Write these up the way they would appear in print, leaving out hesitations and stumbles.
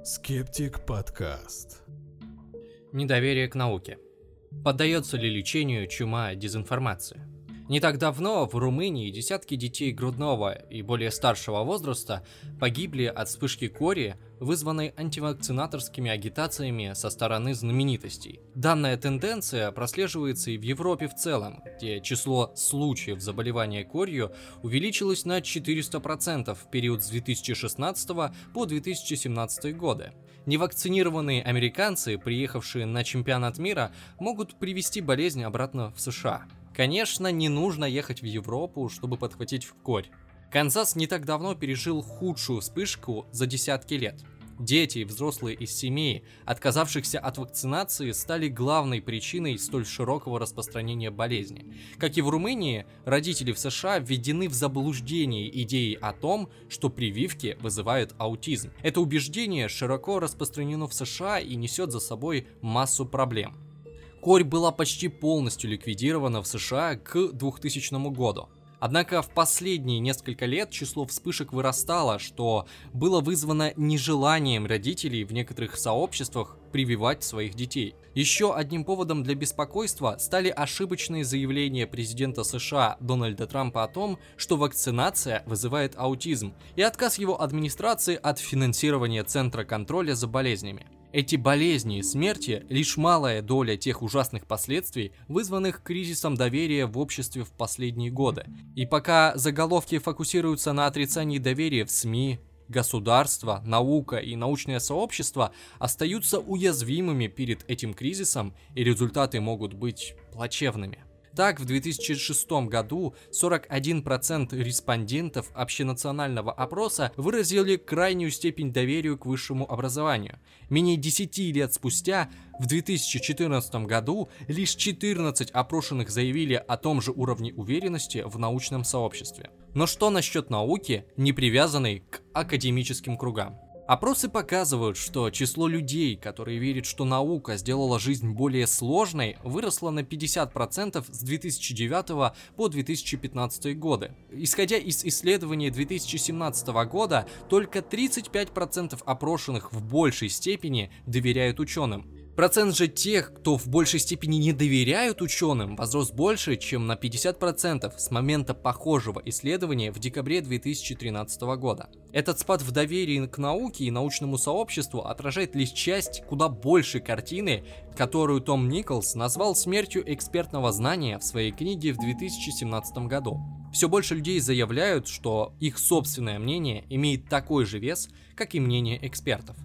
Скептик подкаст. Недоверие к науке. Поддается ли лечению чума дезинформации? Не так давно в Румынии десятки детей грудного и более старшего возраста погибли от вспышки кори, вызванной антивакцинаторскими агитациями со стороны знаменитостей. Данная тенденция прослеживается и в Европе в целом, где число случаев заболевания корью увеличилось на 400% в период с 2016 по 2017 годы. Невакцинированные американцы, приехавшие на чемпионат мира, могут привести болезнь обратно в США. Конечно, не нужно ехать в Европу, чтобы подхватить корь. Канзас не так давно пережил худшую вспышку за десятки лет. Дети и взрослые из семей, отказавшихся от вакцинации, стали главной причиной столь широкого распространения болезни. Как и в Румынии, родители в США введены в заблуждение идеей о том, что прививки вызывают аутизм. Это убеждение широко распространено в США и несет за собой массу проблем. Корь была почти полностью ликвидирована в США к 2000 году. Однако в последние несколько лет число вспышек вырастало, что было вызвано нежеланием родителей в некоторых сообществах прививать своих детей. Еще одним поводом для беспокойства стали ошибочные заявления президента США Дональда Трампа о том, что вакцинация вызывает аутизм, и отказ его администрации от финансирования Центра контроля за болезнями. Эти болезни и смерти – лишь малая доля тех ужасных последствий, вызванных кризисом доверия в обществе в последние годы. И пока заголовки фокусируются на отрицании доверия в СМИ, государство, наука и научное сообщество остаются уязвимыми перед этим кризисом, и результаты могут быть плачевными. Так, в 2006 году 41% респондентов общенационального опроса выразили крайнюю степень доверия к высшему образованию. Менее 10 лет спустя, в 2014 году, лишь 14 опрошенных заявили о том же уровне уверенности в научном сообществе. Но что насчет науки, не привязанной к академическим кругам? Опросы показывают, что число людей, которые верят, что наука сделала жизнь более сложной, выросло на 50% с 2009 по 2015 годы. Исходя из исследования 2017 года, только 35% опрошенных в большей степени доверяют ученым. Процент же тех, кто в большей степени не доверяют ученым, возрос больше, чем на 50% с момента похожего исследования в декабре 2013 года. Этот спад в доверии к науке и научному сообществу отражает лишь часть куда большей картины, которую Том Николс назвал смертью экспертного знания в своей книге в 2017 году. Все больше людей заявляют, что их собственное мнение имеет такой же вес, как и мнение экспертов.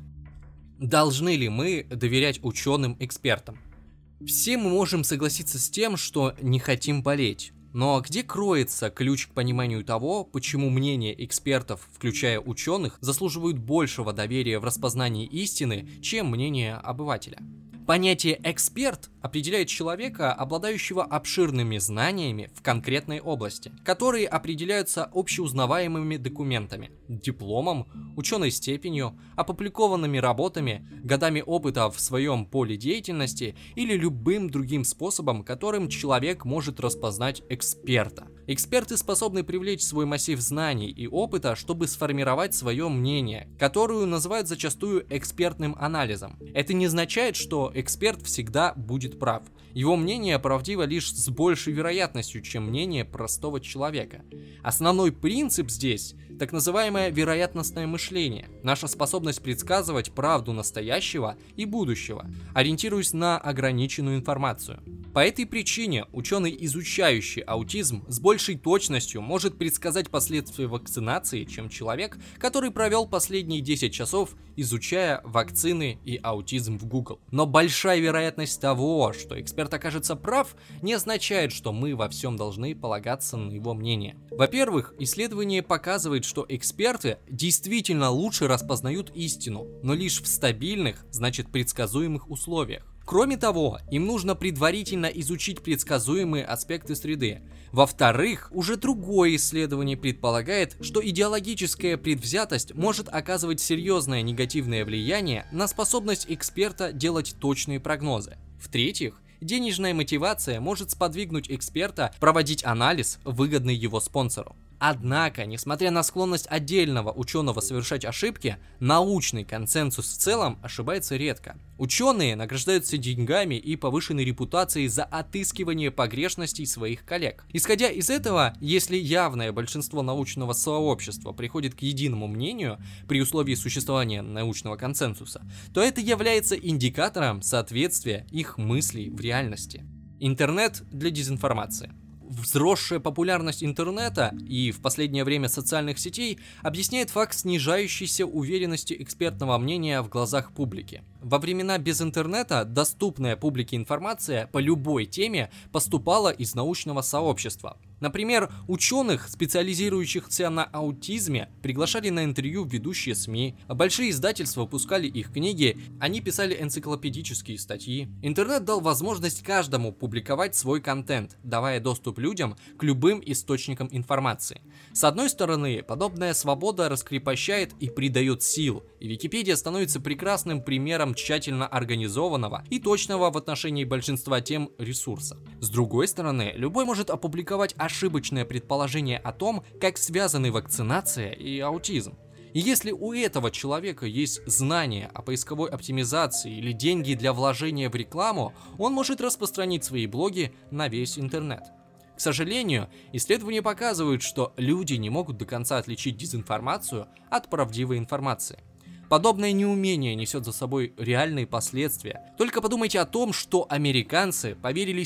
Должны ли мы доверять ученым-экспертам? Все мы можем согласиться с тем, что не хотим болеть. Но где кроется ключ к пониманию того, почему мнения экспертов, включая ученых, заслуживают большего доверия в распознании истины, чем мнение обывателя? Понятие «эксперт» определяет человека, обладающего обширными знаниями в конкретной области, которые определяются общеузнаваемыми документами, дипломом, ученой степенью, опубликованными работами, годами опыта в своем поле деятельности или любым другим способом, которым человек может распознать эксперта. Эксперты способны привлечь свой массив знаний и опыта, чтобы сформировать свое мнение, которое называют зачастую экспертным анализом. Это не означает, что эксперт всегда будет прав. Его мнение правдиво лишь с большей вероятностью, чем мнение простого человека. Основной принцип здесь – так называемое вероятностное мышление, наша способность предсказывать правду настоящего и будущего, ориентируясь на ограниченную информацию. По этой причине ученый, изучающий аутизм, с большей точностью может предсказать последствия вакцинации, чем человек, который провел последние 10 часов, изучая вакцины и аутизм в Google. Но большая вероятность того, что эксперт окажется прав, не означает, что мы во всем должны полагаться на его мнение. Во-первых, исследование показывает, что эксперты действительно лучше распознают истину, но лишь в стабильных, значит предсказуемых условиях. Кроме того, им нужно предварительно изучить предсказуемые аспекты среды. Во-вторых, уже другое исследование предполагает, что идеологическая предвзятость может оказывать серьезное негативное влияние на способность эксперта делать точные прогнозы. В-третьих, денежная мотивация может сподвигнуть эксперта проводить анализ, выгодный его спонсору. Однако, несмотря на склонность отдельного ученого совершать ошибки, научный консенсус в целом ошибается редко. Ученые награждаются деньгами и повышенной репутацией за отыскивание погрешностей своих коллег. Исходя из этого, если явное большинство научного сообщества приходит к единому мнению при условии существования научного консенсуса, то это является индикатором соответствия их мыслей в реальности. Интернет для дезинформации. Взросшая популярность интернета и в последнее время социальных сетей объясняет факт снижающейся уверенности экспертного мнения в глазах публики. Во времена без интернета доступная публике информация по любой теме поступала из научного сообщества. Например, ученых, специализирующихся на аутизме, приглашали на интервью ведущие СМИ, а большие издательства выпускали их книги, они писали энциклопедические статьи. Интернет дал возможность каждому публиковать свой контент, давая доступ людям к любым источникам информации. С одной стороны, подобная свобода раскрепощает и придает сил, и Википедия становится прекрасным примером тщательно организованного и точного в отношении большинства тем ресурса. С другой стороны, любой может опубликовать ошибочное предположение о том, как связаны вакцинация и аутизм. И если у этого человека есть знания о поисковой оптимизации или деньги для вложения в рекламу, он может распространить свои блоги на весь интернет. К сожалению, исследования показывают, что люди не могут до конца отличить дезинформацию от правдивой информации. Подобное неумение несет за собой реальные последствия. Только подумайте о том, что американцы поверили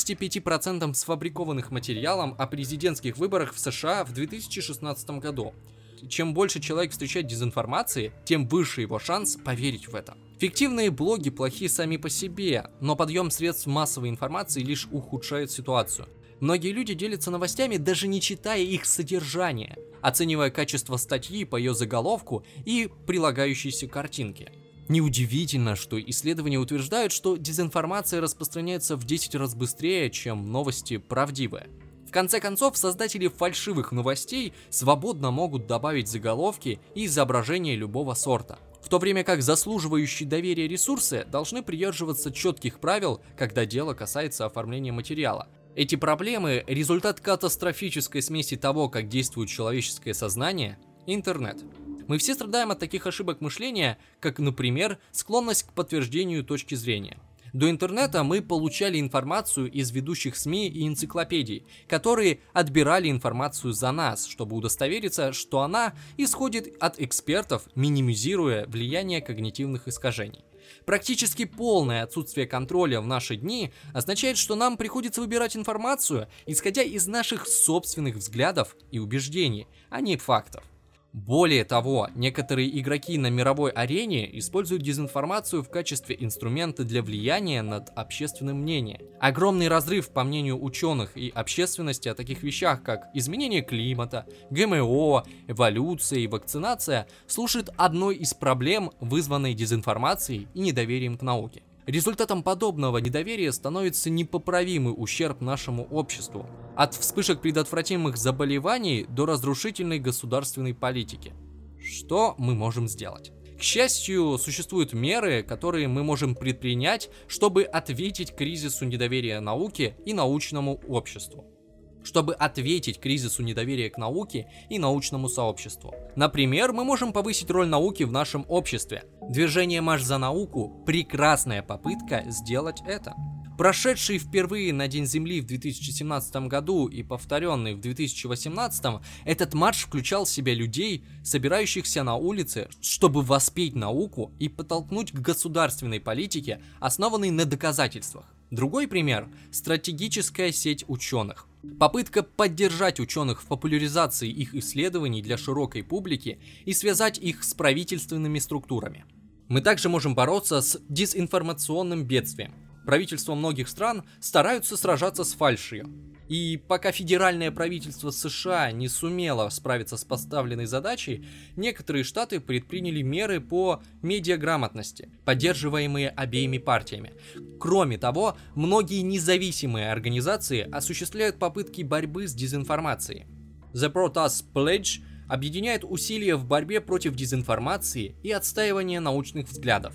75% сфабрикованных материалам о президентских выборах в США в 2016 году. Чем больше человек встречает дезинформации, тем выше его шанс поверить в это. Фиктивные блоги плохи сами по себе, но подъем средств массовой информации лишь ухудшает ситуацию. Многие люди делятся новостями, даже не читая их содержание, оценивая качество статьи по ее заголовку и прилагающейся картинке. Неудивительно, что исследования утверждают, что дезинформация распространяется в 10 раз быстрее, чем новости правдивые. В конце концов, создатели фальшивых новостей свободно могут добавить заголовки и изображения любого сорта, в то время как заслуживающие доверия ресурсы должны придерживаться четких правил, когда дело касается оформления материала. Эти проблемы – результат катастрофической смеси того, как действует человеческое сознание, и интернет. Мы все страдаем от таких ошибок мышления, как, например, склонность к подтверждению точки зрения. До интернета мы получали информацию из ведущих СМИ и энциклопедий, которые отбирали информацию за нас, чтобы удостовериться, что она исходит от экспертов, минимизируя влияние когнитивных искажений. Практически полное отсутствие контроля в наши дни означает, что нам приходится выбирать информацию, исходя из наших собственных взглядов и убеждений, а не фактов. Более того, некоторые игроки на мировой арене используют дезинформацию в качестве инструмента для влияния над общественным мнением. Огромный разрыв, по мнению ученых и общественности, о таких вещах, как изменение климата, ГМО, эволюция и вакцинация, служит одной из проблем, вызванной дезинформацией и недоверием к науке. Результатом подобного недоверия становится непоправимый ущерб нашему обществу, от вспышек предотвратимых заболеваний до разрушительной государственной политики. Что мы можем сделать? К счастью, существуют меры, которые мы можем предпринять, чтобы ответить кризису недоверия науке и научному обществу. Чтобы ответить кризису недоверия к науке и научному сообществу. Например, мы можем повысить роль науки в нашем обществе. Движение «Марш за науку» – прекрасная попытка сделать это. Прошедший впервые на День Земли в 2017 году и повторенный в 2018, этот марш включал в себя людей, собирающихся на улице, чтобы воспеть науку и подтолкнуть к государственной политике, основанной на доказательствах. Другой пример – стратегическая сеть ученых. Попытка поддержать ученых в популяризации их исследований для широкой публики и связать их с правительственными структурами. Мы также можем бороться с дезинформационным бедствием. Правительства многих стран стараются сражаться с фальшью. И пока федеральное правительство США не сумело справиться с поставленной задачей, некоторые штаты предприняли меры по медиаграмотности, поддерживаемые обеими партиями. Кроме того, многие независимые организации осуществляют попытки борьбы с дезинформацией. The Protest Pledge объединяет усилия в борьбе против дезинформации и отстаивания научных взглядов.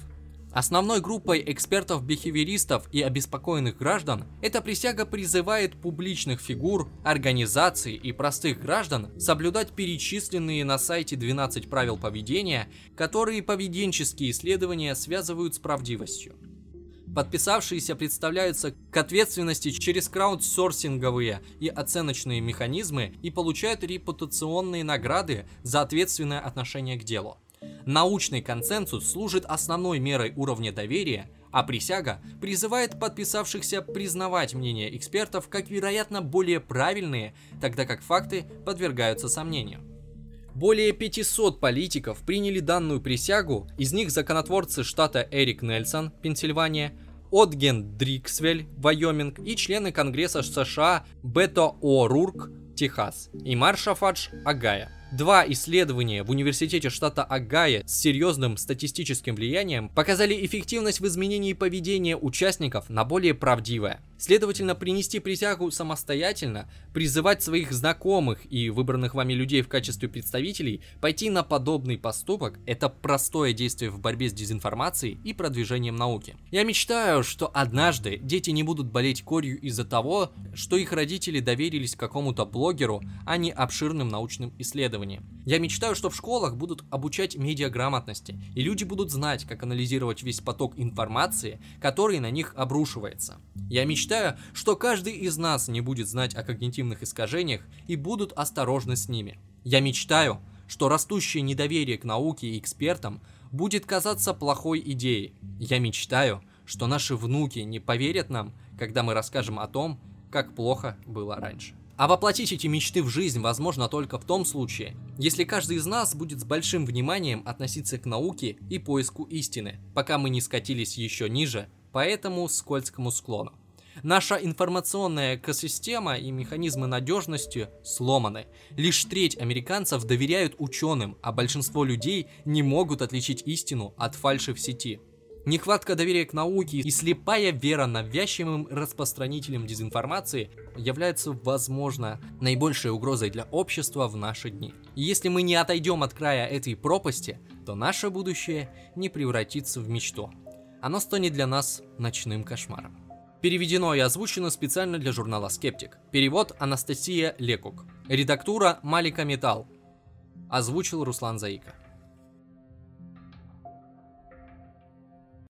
Основной группой экспертов-бихевиористов и обеспокоенных граждан эта присяга призывает публичных фигур, организаций и простых граждан соблюдать перечисленные на сайте 12 правил поведения, которые поведенческие исследования связывают с правдивостью. Подписавшиеся представляются к ответственности через краудсорсинговые и оценочные механизмы и получают репутационные награды за ответственное отношение к делу. Научный консенсус служит основной мерой уровня доверия, а присяга призывает подписавшихся признавать мнения экспертов как, вероятно, более правильные, тогда как факты подвергаются сомнению. Более 500 политиков приняли данную присягу, из них законотворцы штата Эрик Нельсон, Пенсильвания, Отген Дриксвель, Вайоминг и члены Конгресса США Бето О'Рурк, Техас и Марша Фадж, Огайо. Два исследования в университете штата Огайо с серьезным статистическим влиянием показали эффективность в изменении поведения участников на более правдивое. Следовательно, принести присягу самостоятельно, призывать своих знакомых и выбранных вами людей в качестве представителей пойти на подобный поступок – это простое действие в борьбе с дезинформацией и продвижением науки. Я мечтаю, что однажды дети не будут болеть корью из-за того, что их родители доверились какому-то блогеру, а не обширным научным исследованиям. Я мечтаю, что в школах будут обучать медиаграмотности, и люди будут знать, как анализировать весь поток информации, который на них обрушивается. Я мечтаю, что каждый из нас не будет знать о когнитивных искажениях и будут осторожны с ними. Я мечтаю, что растущее недоверие к науке и экспертам будет казаться плохой идеей. Я мечтаю, что наши внуки не поверят нам, когда мы расскажем о том, как плохо было раньше. А воплотить эти мечты в жизнь возможно только в том случае, если каждый из нас будет с большим вниманием относиться к науке и поиску истины, пока мы не скатились еще ниже по этому скользкому склону. Наша информационная экосистема и механизмы надежности сломаны. Лишь треть американцев доверяют ученым, а большинство людей не могут отличить истину от фальши в сети. Нехватка доверия к науке и слепая вера навязчивым распространителям дезинформации являются, возможно, наибольшей угрозой для общества в наши дни. И если мы не отойдем от края этой пропасти, то наше будущее не превратится в мечту. Оно станет для нас ночным кошмаром. Переведено и озвучено специально для журнала «Скептик». Перевод Анастасия Лекук. Редактура Малика Металл. Озвучил Руслан Заика.